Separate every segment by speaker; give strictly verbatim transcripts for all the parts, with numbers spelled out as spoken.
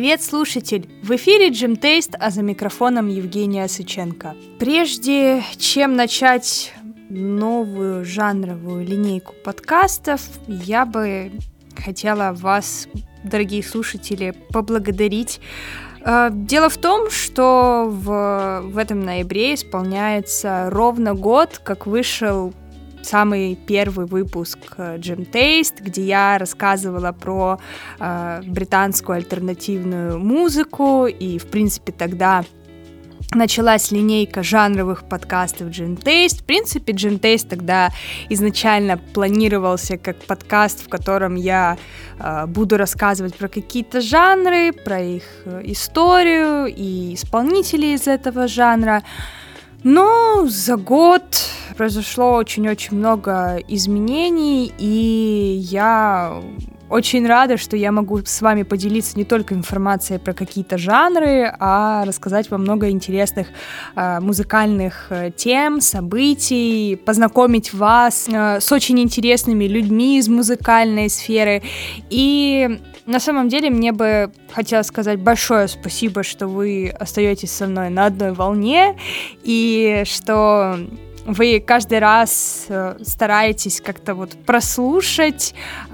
Speaker 1: Привет, слушатель! В эфире Джемтейст, а за микрофоном Евгения Сыченко. Прежде чем начать новую жанровую линейку подкастов, я бы хотела вас, дорогие слушатели, поблагодарить. Дело в том, что в, в этом ноябре исполняется ровно год, как вышел самый первый выпуск Джемтейст, где я рассказывала про э, британскую альтернативную музыку, и, в принципе, тогда началась линейка жанровых подкастов Джемтейст. В принципе, Джемтейст тогда изначально планировался как подкаст, в котором я э, буду рассказывать про какие-то жанры, про их историю и исполнителей из этого жанра. Но за год произошло очень-очень много изменений, и я очень рада, что я могу с вами поделиться не только информацией про какие-то жанры, а рассказать вам много интересных э, музыкальных э, тем, событий, познакомить вас э, с очень интересными людьми из музыкальной сферы. И на самом деле мне бы хотелось сказать большое спасибо, что вы остаетесь со мной на одной волне, и что вы каждый раз стараетесь как-то вот прослушать,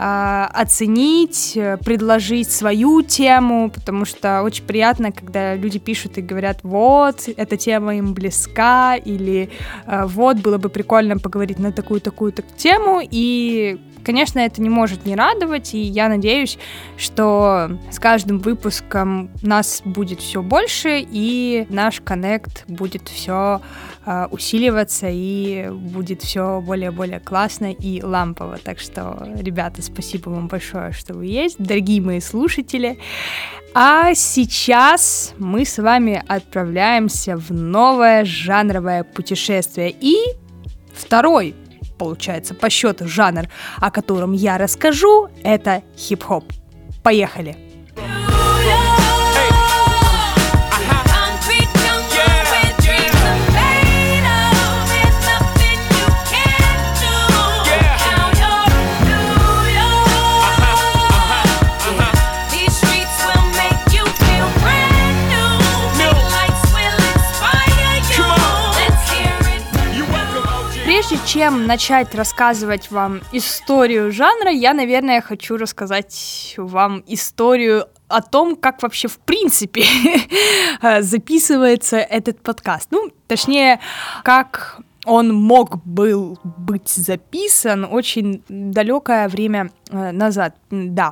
Speaker 1: оценить, предложить свою тему, потому что очень приятно, когда люди пишут и говорят: вот, эта тема им близка, или вот, было бы прикольно поговорить на такую-такую-то тему, и конечно, это не может не радовать, и я надеюсь, что с каждым выпуском нас будет все больше, и наш коннект будет все э, усиливаться, и будет все более-более классно и лампово. Так что, ребята, спасибо вам большое, что вы есть, дорогие мои слушатели. А сейчас мы с вами отправляемся в новое жанровое путешествие. И второй, получается, по счету жанр, о котором я расскажу, это хип-хоп. Поехали! Прежде чем начать рассказывать вам историю жанра, я, наверное, хочу рассказать вам историю о том, как вообще в принципе записывается этот подкаст. Ну, точнее, как он мог был быть записан очень далекое время назад, да.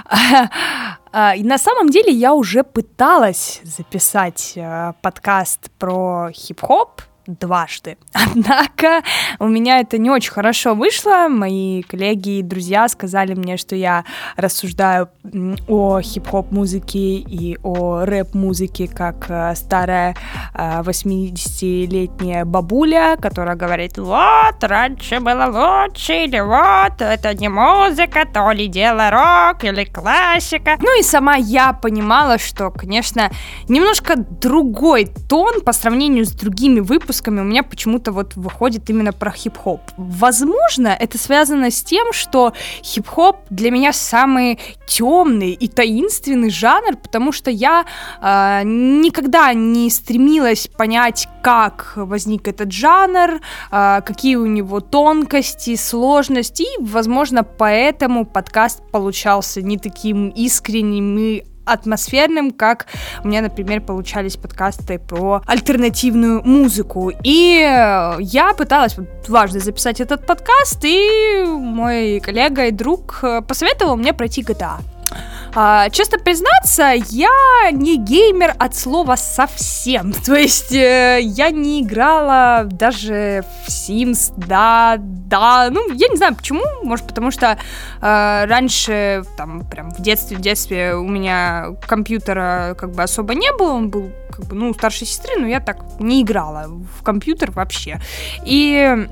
Speaker 1: И на самом деле я уже пыталась записать подкаст про хип-хоп дважды. Однако у меня это не очень хорошо вышло. Мои коллеги и друзья сказали мне, что я рассуждаю о хип-хоп музыке и о рэп-музыке как старая восьмидесятилетняя бабуля, которая говорит: вот, раньше было лучше, или вот, это не музыка, то ли дело рок, или классика. Ну и сама я понимала, что, конечно, немножко другой тон по сравнению с другими выпусками у меня почему-то вот выходит именно про хип-хоп. Возможно, это связано с тем, что хип-хоп для меня самый темный и таинственный жанр, потому что я э, никогда не стремилась понять, как возник этот жанр, э, какие у него тонкости, сложности, и, возможно, поэтому подкаст получался не таким искренним и атмосферным, как у меня, например, получались подкасты про альтернативную музыку. И я пыталась вот дважды записать этот подкаст, и мой коллега и друг посоветовал мне пройти джи ти эй. А, честно признаться, я не геймер от слова совсем. То есть э, я не играла даже в Sims, да, да. Ну, я не знаю почему. Может, потому что э, раньше, там, прям в детстве, в детстве у меня компьютера как бы особо не было. Он был, как бы, ну, у старшей сестры, но я так не играла в компьютер вообще. И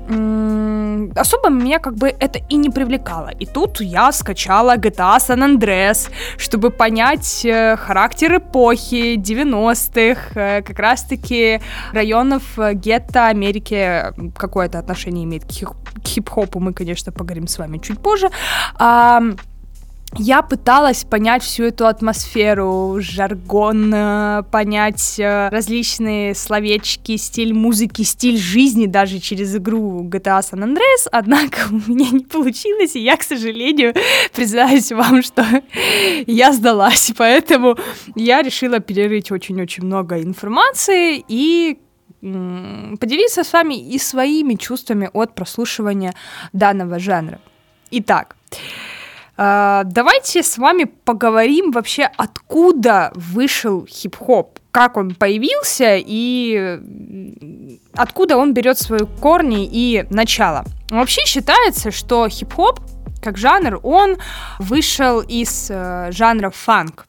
Speaker 1: м- особо меня как бы это и не привлекало. И тут я скачала джи ти эй San Andreas, чтобы понять э, характер эпохи девяностых, э, как раз-таки районов э, гетто Америки. Какое-то отношение имеет к, хип- к хип-хопу, мы, конечно, поговорим с вами чуть позже. А, я пыталась понять всю эту атмосферу, жаргон, понять различные словечки, стиль музыки, стиль жизни даже через игру джи ти эй San Andreas, однако у меня не получилось, и я, к сожалению, признаюсь вам, что я сдалась, поэтому я решила перерыть очень-очень много информации и м- поделиться с вами и своими чувствами от прослушивания данного жанра. Итак, Uh, давайте с вами поговорим вообще, откуда вышел хип-хоп, как он появился и откуда он берет свои корни и начало. Вообще считается, что хип-хоп как жанр, он вышел из uh, жанра фанк.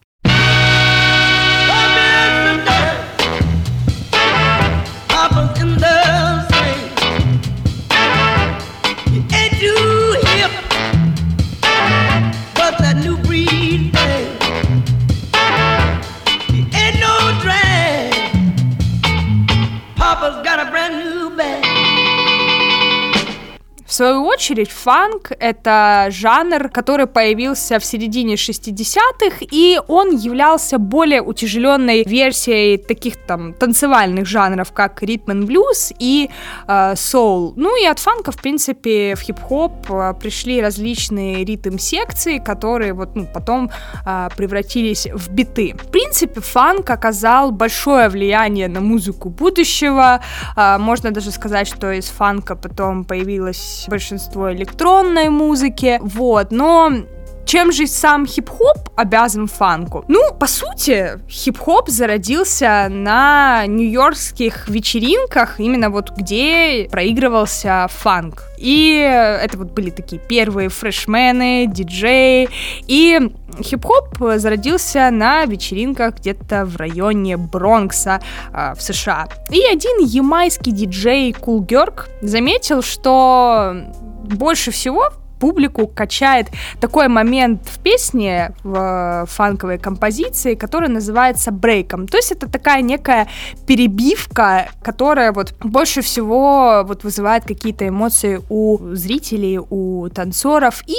Speaker 1: В свою очередь, фанк — это жанр, который появился в середине шестидесятых, и он являлся более утяжеленной версией таких там танцевальных жанров, как ритм энд блюз и э, соул. Ну и от фанка, в принципе, в хип-хоп э, пришли различные ритм-секции, которые вот, ну, потом э, превратились в биты. В принципе, фанк оказал большое влияние на музыку будущего. Э, можно даже сказать, что из фанка потом появилась большинство электронной музыки, вот, но чем же сам хип-хоп обязан фанку? Ну, по сути, хип-хоп зародился на нью-йоркских вечеринках, именно вот где проигрывался фанк. И это вот были такие первые фрешмены, диджеи, и хип-хоп зародился на вечеринках где-то в районе Бронкса э, в США. И один ямайский диджей Kool Herc заметил, что больше всего публику качает такой момент в песне, в фанковой композиции, который называется брейком. То есть это такая некая перебивка, которая вот больше всего вот вызывает какие-то эмоции у зрителей, у танцоров. И,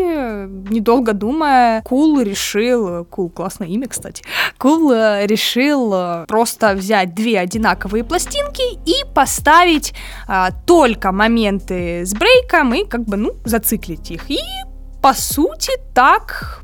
Speaker 1: недолго думая, Кул решил... Кул, классное имя, кстати. Кул решил просто взять две одинаковые пластинки и поставить а, только моменты с брейком и как бы, ну, зациклить их. И, по сути, так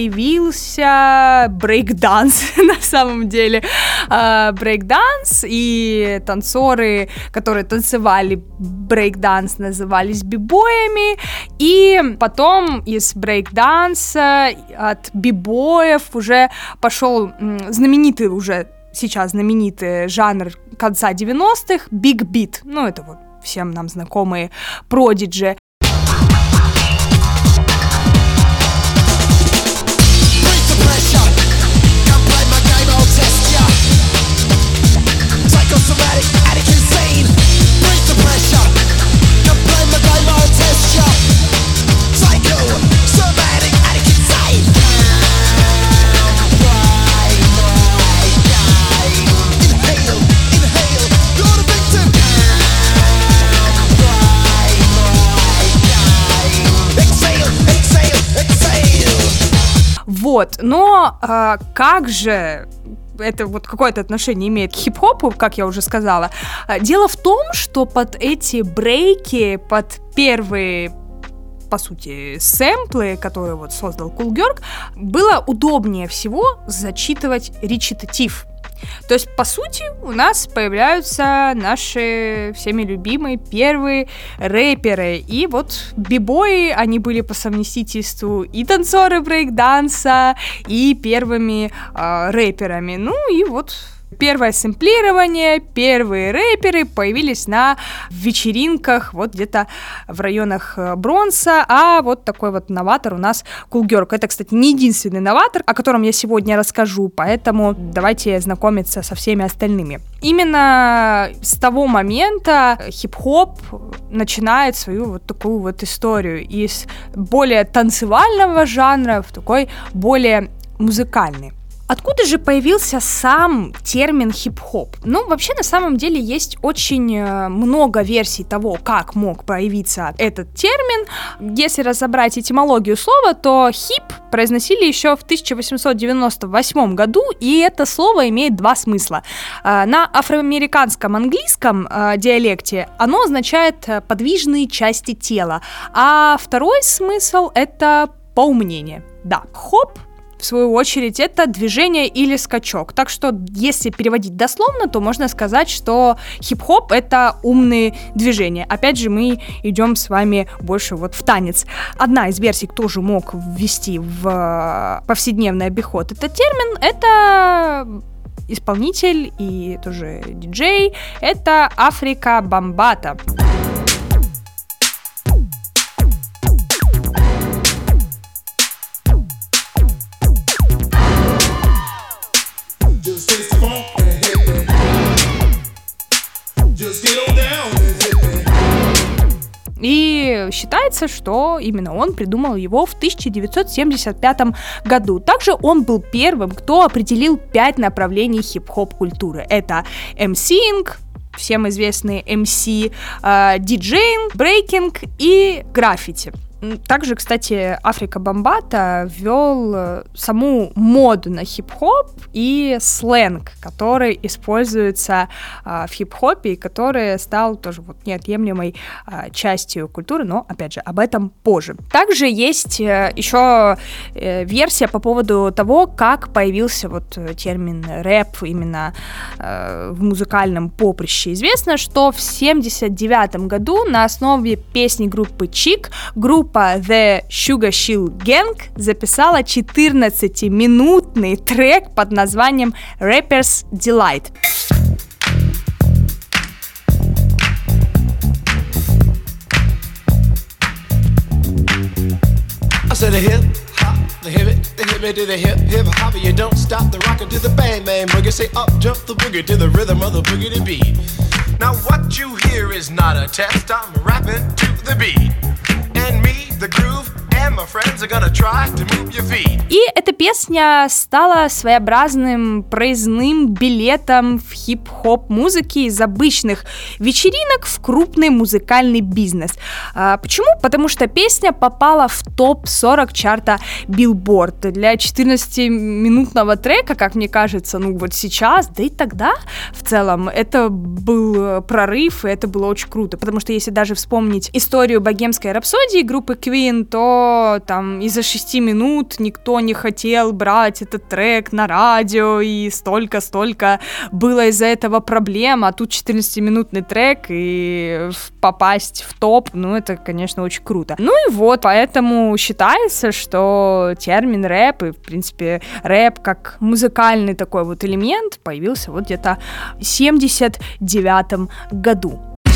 Speaker 1: появился брейк-данс на самом деле. Брейк-данс, и танцоры, которые танцевали брейк-данс, назывались бибоями, и потом из брейк-данса от бибоев уже пошел знаменитый уже сейчас знаменитый жанр конца девяностых биг бит. Ну, это вот всем нам знакомые Prodigy. Вот, но а, как же это вот какое-то отношение имеет к хип-хопу, как я уже сказала? Дело в том, что под эти брейки, под первые, по сути, сэмплы, которые вот создал Kool Herc, было удобнее всего зачитывать речитатив. То есть, по сути, у нас появляются наши всеми любимые первые рэперы. И вот бибои, они были по совместительству и танцоры брейк-данса, и первыми э, рэперами. Ну и вот... Первое сэмплирование, первые рэперы появились на вечеринках вот где-то в районах Бронкса, а вот такой вот новатор у нас Kool Herc. Это, кстати, не единственный новатор, о котором я сегодня расскажу, поэтому давайте знакомиться со всеми остальными. Именно с того момента хип-хоп начинает свою вот такую вот историю из более танцевального жанра в такой более музыкальный. Откуда же появился сам термин хип-хоп? Ну, вообще, на самом деле, есть очень много версий того, как мог появиться этот термин. Если разобрать этимологию слова, то хип произносили еще в тысяча восемьсот девяносто восьмом году, и это слово имеет два смысла. На афроамериканском английском диалекте оно означает подвижные части тела, а второй смысл — это поумнение. Да, хоп, в свою очередь, это движение или скачок. Так что, если переводить дословно, то можно сказать, что хип-хоп — это умные движения. Опять же, мы идем с вами больше вот в танец. Одна из версий, кто же мог ввести в повседневный обиход этот термин, это исполнитель и тоже диджей, это Африка Бамбата. И считается, что именно он придумал его в тысяча девятьсот семьдесят пятом году. Также он был первым, кто определил пять направлений хип-хоп культуры. Это эмсинг, всем известный эм си, э, диджейнг, брейкинг и граффити. Также, кстати, Африка Бамбата ввел саму моду на хип-хоп и сленг, который используется а, в хип-хопе и который стал тоже вот неотъемлемой а, частью культуры, но, опять же, об этом позже. Также есть э, еще э, версия по поводу того, как появился вот термин рэп именно э, в музыкальном поприще. Известно, что в семьдесят девятом году на основе песни группы Чик группа The Sugar Hill Gang записала четырнадцатиминутный трек под названием Rapper's Delight.
Speaker 2: I said a hip hop, the hip it, the hip it to the hip hip hop, you don't stop the rocker to the bang bang boogie. Say up jump the boogie to the rhythm of the boogie to beat. Now what you hear is not a test, I'm rapping to the beat. And me, the groove, and my friends are gonna try to move your feet.
Speaker 1: И эта песня стала своеобразным проездным билетом в хип-хоп музыке из обычных вечеринок в крупный музыкальный бизнес. А, почему? Потому что песня попала в топ сорок чарта Billboard. Для четырнадцатиминутного трека, как мне кажется, ну вот сейчас, да и тогда в целом, это был прорыв, и это было очень круто. Потому что если даже вспомнить историю богемской рапсодии группы Queen, то там из-за шести минут никто не хотел брать этот трек на радио, и столько-столько было из-за этого проблем, а тут четырнадцатиминутный трек, и попасть в топ, ну, это, конечно, очень круто. Ну и вот, поэтому считается, что термин рэп, и, в принципе, рэп как музыкальный такой вот элемент появился вот где-то в семьдесят девятом году.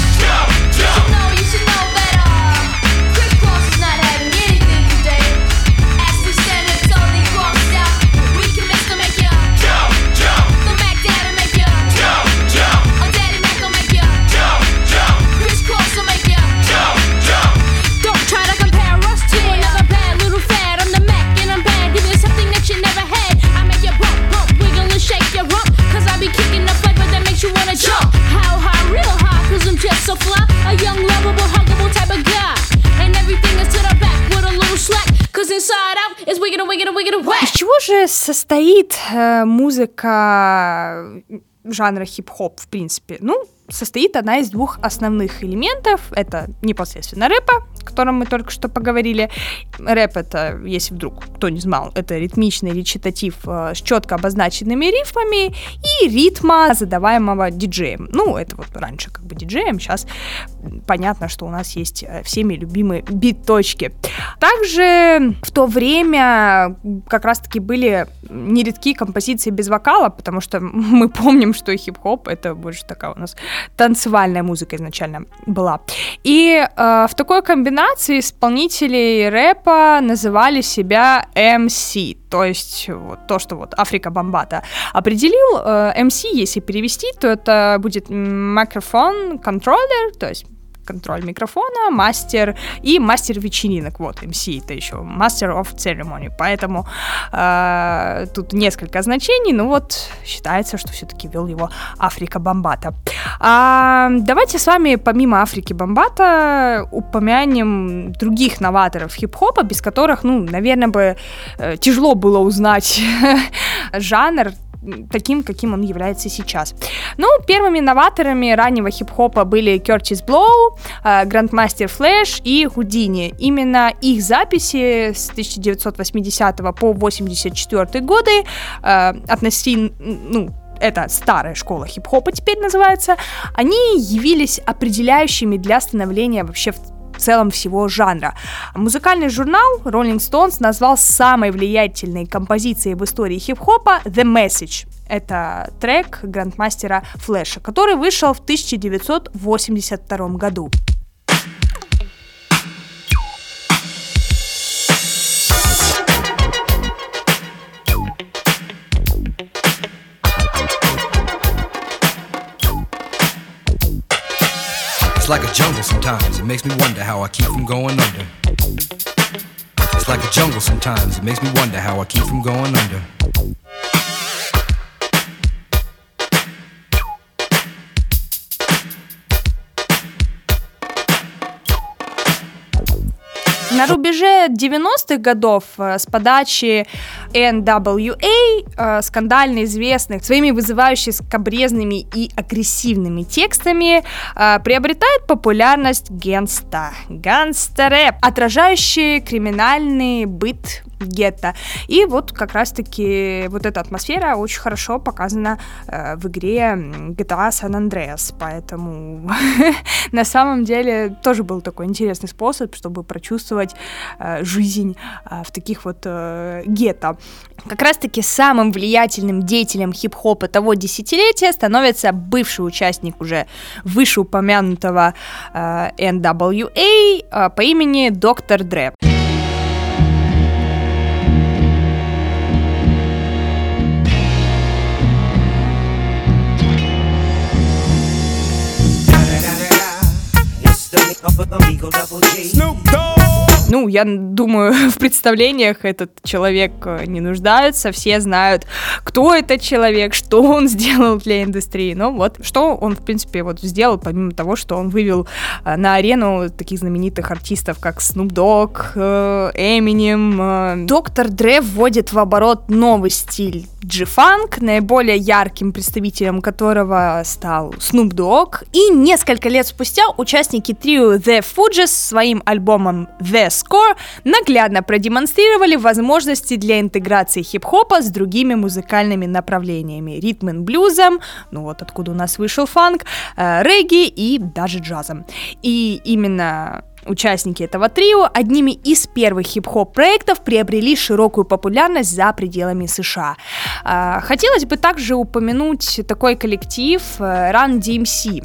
Speaker 1: Из чего же состоит э, музыка жанра хип-хоп, в принципе? Ну, состоит она из двух основных элементов. Это непосредственно рэпа, о котором мы только что поговорили. Рэп — это, если вдруг кто не знал, это ритмичный речитатив э, с четко обозначенными рифмами и ритма, задаваемого диджеем. Ну, это вот раньше как бы диджеем, сейчас понятно, что у нас есть всеми любимые бит-точки. Также в то время как раз-таки были нередки композиции без вокала, потому что мы помним, что хип-хоп — это больше такая у нас танцевальная музыка изначально была. И э, в такой комбинации исполнители рэпа называли себя эм си, то есть вот то, что вот Африка Бамбата определил. э, эм си, если перевести, то это будет microphone controller, то есть контроль микрофона, мастер и мастер вечеринок, вот, эм си это еще, Master of Ceremony, поэтому э, тут несколько значений, но вот считается, что все-таки вел его Африка Бамбата. А, давайте с вами помимо Африки Бамбата упомянем других новаторов хип-хопа, без которых, ну, наверное, бы э, тяжело было узнать жанр таким, каким он является сейчас. Ну, первыми новаторами раннего хип-хопа были Кертис Блоу, Грандмастер Флэш и Худини. Именно их записи с тысяча девятьсот восьмидесятого по восемьдесят четвёртый годы э, относительно, ну, это старая школа хип-хопа теперь называется, они явились определяющими для становления вообще в в целом всего жанра. Музыкальный журнал Rolling Stones назвал самой влиятельной композицией в истории хип-хопа The Message. Это трек Грандмастера Флэша, который вышел в тысяча девятьсот восемьдесят втором году.
Speaker 2: It's like a jungle sometimes, it makes me wonder how I keep from going under. It's like a jungle sometimes, it makes me wonder how I keep from going under.
Speaker 1: На рубеже девяностых годов с подачи эн дабл ю эй, скандально известных своими вызывающими скабрезными и агрессивными текстами, приобретает популярность гангста, гангста-рэп, отражающий криминальный быт гетто. И вот как раз-таки вот эта атмосфера очень хорошо показана э, в игре джи ти эй San Andreas, поэтому на самом деле тоже был такой интересный способ, чтобы прочувствовать э, жизнь э, в таких вот э, гетто. Как раз-таки самым влиятельным деятелем хип-хопа того десятилетия становится бывший участник уже вышеупомянутого э, эн дабл ю эй э, по имени доктор Dre. Ну, я думаю, в представлениях этот человек не нуждается, все знают, кто этот человек, что он сделал для индустрии, ну вот, что он, в принципе, вот сделал, помимо того, что он вывел на арену таких знаменитых артистов, как Snoop Dogg, Eminem. доктор Dre вводит в оборот новый стиль G-Funk, наиболее ярким представителем которого стал Snoop Dogg, и несколько лет спустя участники трио The Fugees своим альбомом The Score наглядно продемонстрировали возможности для интеграции хип-хопа с другими музыкальными направлениями, ритм-н-блюзом, ну вот откуда у нас вышел фанк, э, регги и даже джазом. И именно участники этого трио одними из первых хип-хоп проектов приобрели широкую популярность за пределами США. Э, хотелось бы также упомянуть такой коллектив э, Run ди эм си.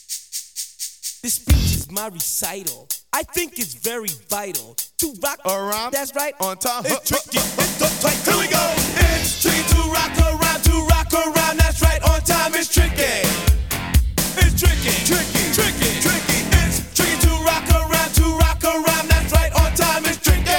Speaker 3: This speech is my recital. I think it's very vital to rock around. That's right. On time. It's tricky. It's the tight. Here we go. It's tricky to rock around. To rock around. That's right. On time. It's tricky. It's tricky. Tricky. Tricky. Tricky. It's tricky to rock around. To rock around. That's right. On time. It's tricky.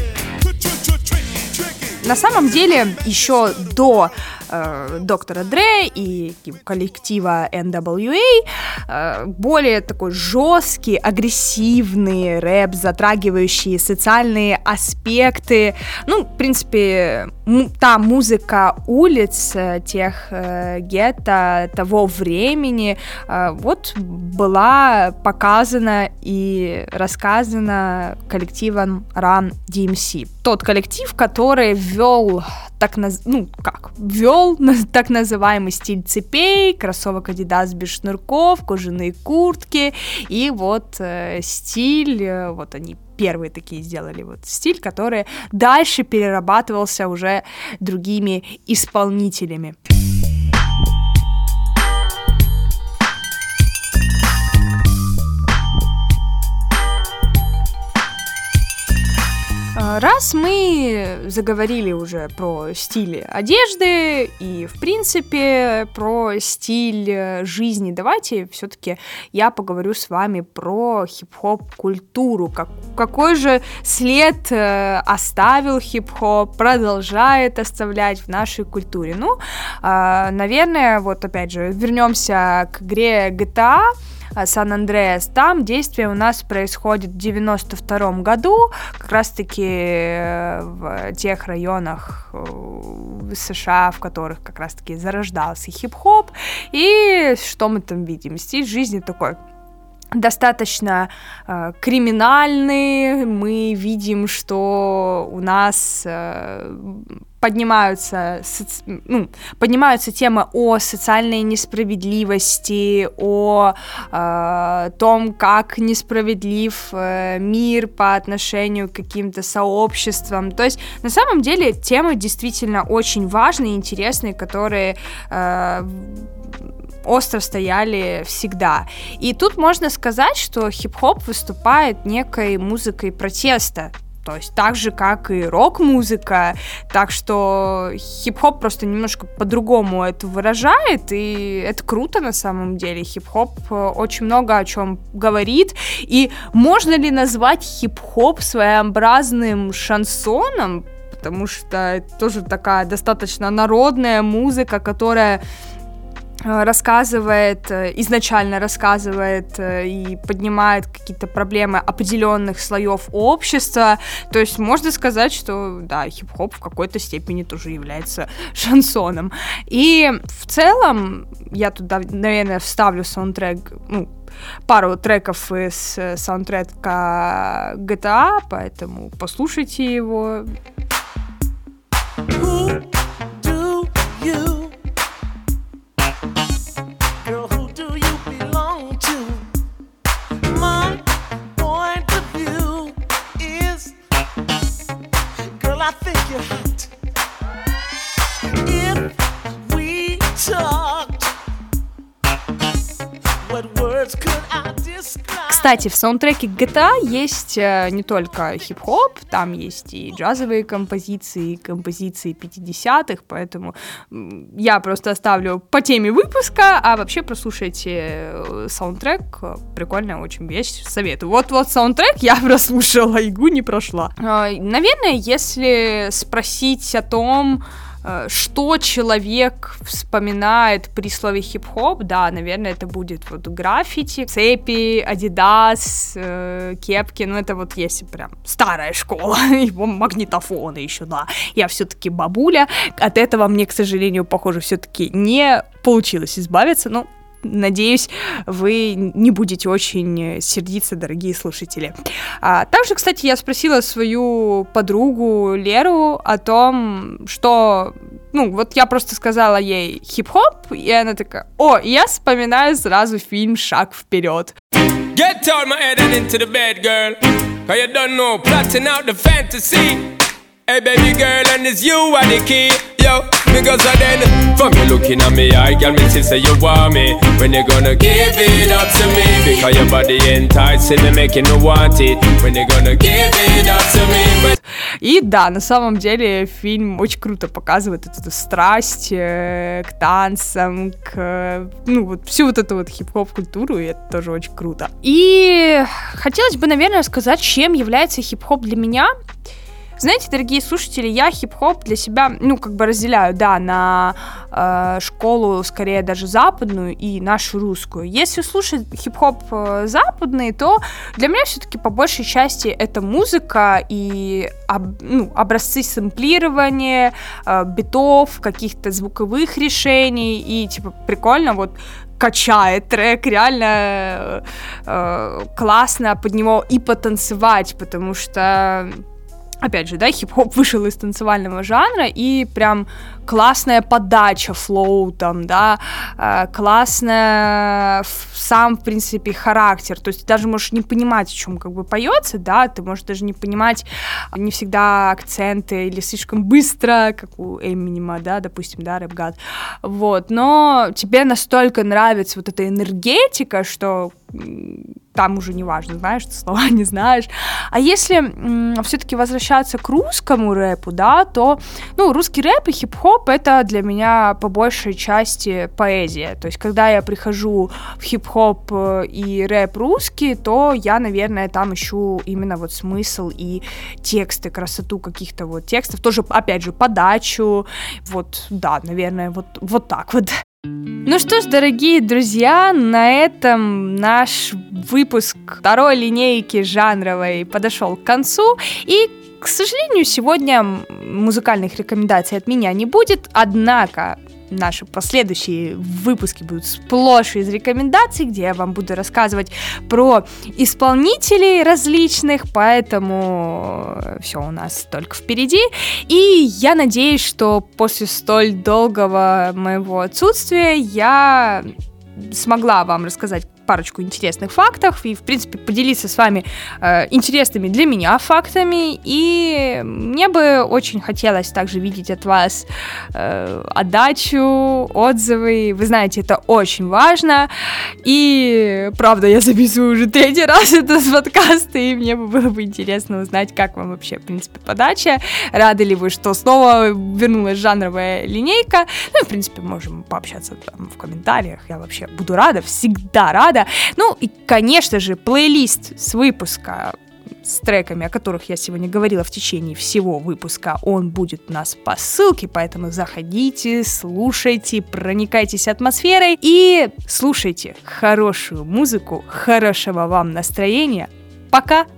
Speaker 3: Tricky. Tricky.
Speaker 1: На самом деле, еще до э, доктора Dre и коллектива эн дабл ю эй э, более такой жесткий, агрессивный рэп, затрагивающий социальные аспекты. Ну, в принципе, м- та музыка улиц, тех э, гетто того времени, э, вот была показана и рассказана коллективом Run ди эм си. Тот коллектив, который ввел так наз... ну, как, ввел так называемый стиль цепей, кроссовок Adidas без шнурков, кожаные куртки, и вот э, стиль, э, вот они первые такие сделали вот стиль, который дальше перерабатывался уже другими исполнителями. Раз мы заговорили уже про стили одежды и, в принципе, про стиль жизни, давайте все-таки я поговорю с вами про хип-хоп-культуру. Как, какой же след оставил хип-хоп, продолжает оставлять в нашей культуре? Ну, наверное, вот опять же, вернемся к игре джи ти эй, San Andreas. Там действие у нас происходит в девяносто втором году, как раз-таки в тех районах США, в которых как раз-таки зарождался хип-хоп. И что мы там видим? Стиль жизни такой достаточно э, криминальный. Мы видим, что у нас э, поднимаются, соци... ну, поднимаются темы о социальной несправедливости, о э, том, как несправедлив э, мир по отношению к каким-то сообществам. То есть, на самом деле, темы действительно очень важные и интересные, которые э, остро стояли всегда. И тут можно сказать, что хип-хоп выступает некой музыкой протеста. То есть так же, как и рок-музыка, так что хип-хоп просто немножко по-другому это выражает, и это круто на самом деле. Хип-хоп очень много о чем говорит, и можно ли назвать хип-хоп своеобразным шансоном, потому что это тоже такая достаточно народная музыка, которая рассказывает, изначально рассказывает и поднимает какие-то проблемы определенных слоев общества. То есть можно сказать, что да, хип-хоп в какой-то степени тоже является шансоном. И в целом я туда, наверное, вставлю саундтрек, ну, пару треков из саундтрека джи ти эй, поэтому послушайте его. Кстати, в саундтреке джи ти эй есть не только хип-хоп, там есть и джазовые композиции, и композиции пятидесятых, поэтому я просто оставлю по теме выпуска, а вообще прослушайте саундтрек, прикольно, очень вещь, советую. Вот-вот саундтрек я прослушала, игру не прошла. Наверное, если спросить о том, что человек вспоминает при слове хип-хоп, да, наверное, это будет вот граффити, цепи, Adidas, э, кепки, ну это вот если прям старая школа, его магнитофоны еще, да, я все-таки бабуля, от этого мне, к сожалению, похоже, все-таки не получилось избавиться, но надеюсь, вы не будете очень сердиться, дорогие слушатели. А, также, кстати, я спросила свою подругу Леру о том, что... Ну, вот я просто сказала ей хип-хоп, и она такая: о, я вспоминаю сразу фильм «Шаг вперед».
Speaker 3: Get out my head and into the bed, girl. Cause you don't know, plotting out the fantasy. Hey baby girl, and it's you are the key. Yo, because I then from you looking at me, I got me to say you want me. When you gonna give it up to me? Because your body enticing me, making me want it. When you gonna give it up to me?
Speaker 1: И да, на самом деле фильм очень круто показывает эту страсть э, к танцам, к, ну, вот всю вот эту вот хип-хоп-культуру, и это тоже очень круто. И хотелось бы, наверное, сказать, чем является хип-хоп для меня. Знаете, дорогие слушатели, я хип-хоп для себя, ну, как бы разделяю, да, на э, школу, скорее, даже западную и нашу русскую. Если слушать хип-хоп э, западный, то для меня все-таки по большей части это музыка и об, ну, образцы сэмплирования, э, битов, каких-то звуковых решений, и, типа, прикольно вот качает трек, реально э, классно под него и потанцевать, потому что... Опять же, да, хип-хоп вышел из танцевального жанра, и прям классная подача, флоу там, да, э, классная сам, в принципе, характер, то есть ты даже можешь не понимать, о чем как бы поется, да, ты можешь даже не понимать не всегда акценты или слишком быстро, как у Эминема, да, допустим, да, Рэп God, вот, но тебе настолько нравится вот эта энергетика, что там уже не важно, знаешь ты слова, не знаешь. А если м, все-таки возвращаться к русскому рэпу, да, то, ну, русский рэп и хип-хоп — это для меня по большей части поэзия. То есть, когда я прихожу в хип-хоп и рэп русский, то я, наверное, там ищу именно вот смысл и тексты, красоту каких-то вот текстов, тоже, опять же, подачу, вот, да, наверное, вот, вот так вот. Ну что ж, дорогие друзья, на этом наш выпуск второй линейки жанровой подошел к концу, и, к сожалению, сегодня музыкальных рекомендаций от меня не будет, однако наши последующие выпуски будут сплошь из рекомендаций, где я вам буду рассказывать про исполнителей различных, поэтому все у нас только впереди. И я надеюсь, что после столь долгого моего отсутствия я смогла вам рассказать парочку интересных фактов и, в принципе, поделиться с вами э, интересными для меня фактами. И мне бы очень хотелось также видеть от вас э, отдачу, отзывы. Вы знаете, это очень важно. И, правда, я записываю уже третий раз этот подкаст, и мне бы было бы интересно узнать, как вам вообще, в принципе, подача. Рады ли вы, что снова вернулась жанровая линейка? Ну и, в принципе, можем пообщаться там в комментариях. Я вообще буду рада, всегда рада. Ну и, конечно же, плейлист с выпуска с треками, о которых я сегодня говорила в течение всего выпуска, он будет у нас по ссылке, поэтому заходите, слушайте, проникайтесь атмосферой и слушайте хорошую музыку, хорошего вам настроения. Пока!